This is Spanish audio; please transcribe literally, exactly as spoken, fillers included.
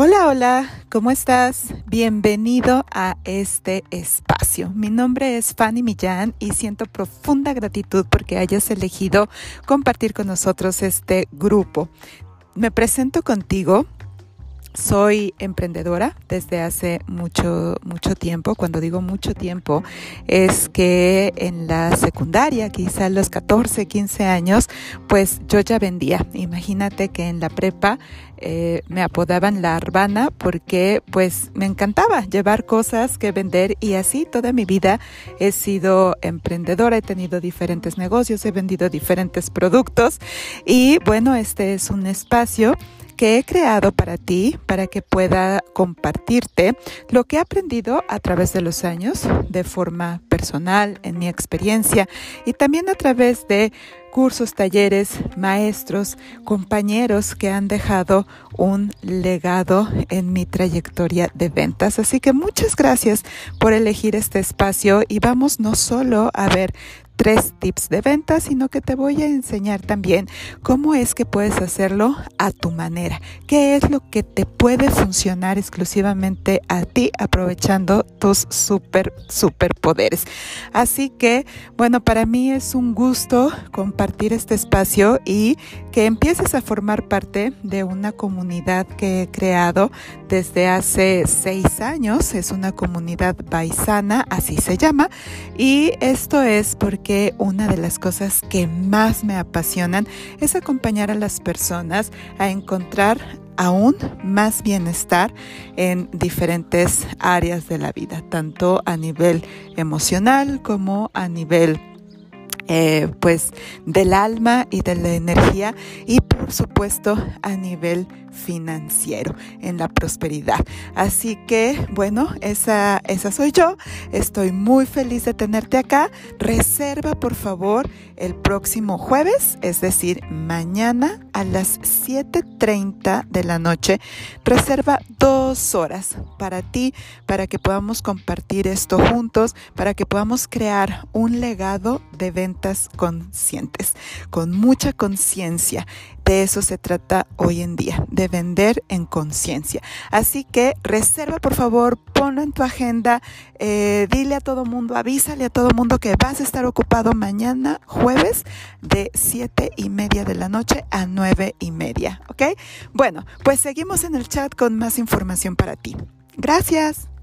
Hola, hola, ¿cómo estás? Bienvenido a este espacio. Mi nombre es Fanny Millán y siento profunda gratitud porque hayas elegido compartir con nosotros este grupo. Me presento contigo. Soy emprendedora desde hace mucho, mucho tiempo. Cuando digo mucho tiempo, es que en la secundaria, quizá a los catorce, quince años, pues yo ya vendía. Imagínate que en la prepa eh, me apodaban la Arbana porque pues me encantaba llevar cosas que vender y así toda mi vida he sido emprendedora. He tenido diferentes negocios, he vendido diferentes productos y bueno, este es un espacio que he creado para ti, para que pueda compartirte lo que he aprendido a través de los años, de forma personal, en mi experiencia, y también a través de cursos, talleres, maestros, compañeros que han dejado un legado en mi trayectoria de ventas. Así que muchas gracias por elegir este espacio y vamos no solo a ver tres tips de venta, sino que te voy a enseñar también cómo es que puedes hacerlo a tu manera, qué es lo que te puede funcionar exclusivamente a ti aprovechando tus super, super poderes. Así que, bueno, para mí es un gusto compartir este espacio y que empieces a formar parte de una comunidad que he creado desde hace seis años. Es una comunidad paisana, así se llama, y esto es porque que una de las cosas que más me apasionan es acompañar a las personas a encontrar aún más bienestar en diferentes áreas de la vida, tanto a nivel emocional como a nivel Eh, pues del alma y de la energía y por supuesto a nivel financiero, en la prosperidad. Así que bueno, esa, esa soy yo. Estoy muy feliz de tenerte acá. Reserva por favor el próximo jueves, es decir, mañana a las siete treinta de la noche. Reserva dos horas para ti, para que podamos compartir esto juntos, para que podamos crear un legado de ventas conscientes, con mucha conciencia. De eso se trata hoy en día, de vender en conciencia. Así que reserva por favor, ponlo en tu agenda, eh, dile a todo mundo, avísale a todo mundo que vas a estar ocupado mañana jueves de siete y media de la noche a nueve y media, ¿ok? Bueno, pues seguimos en el chat con más información para ti. Gracias.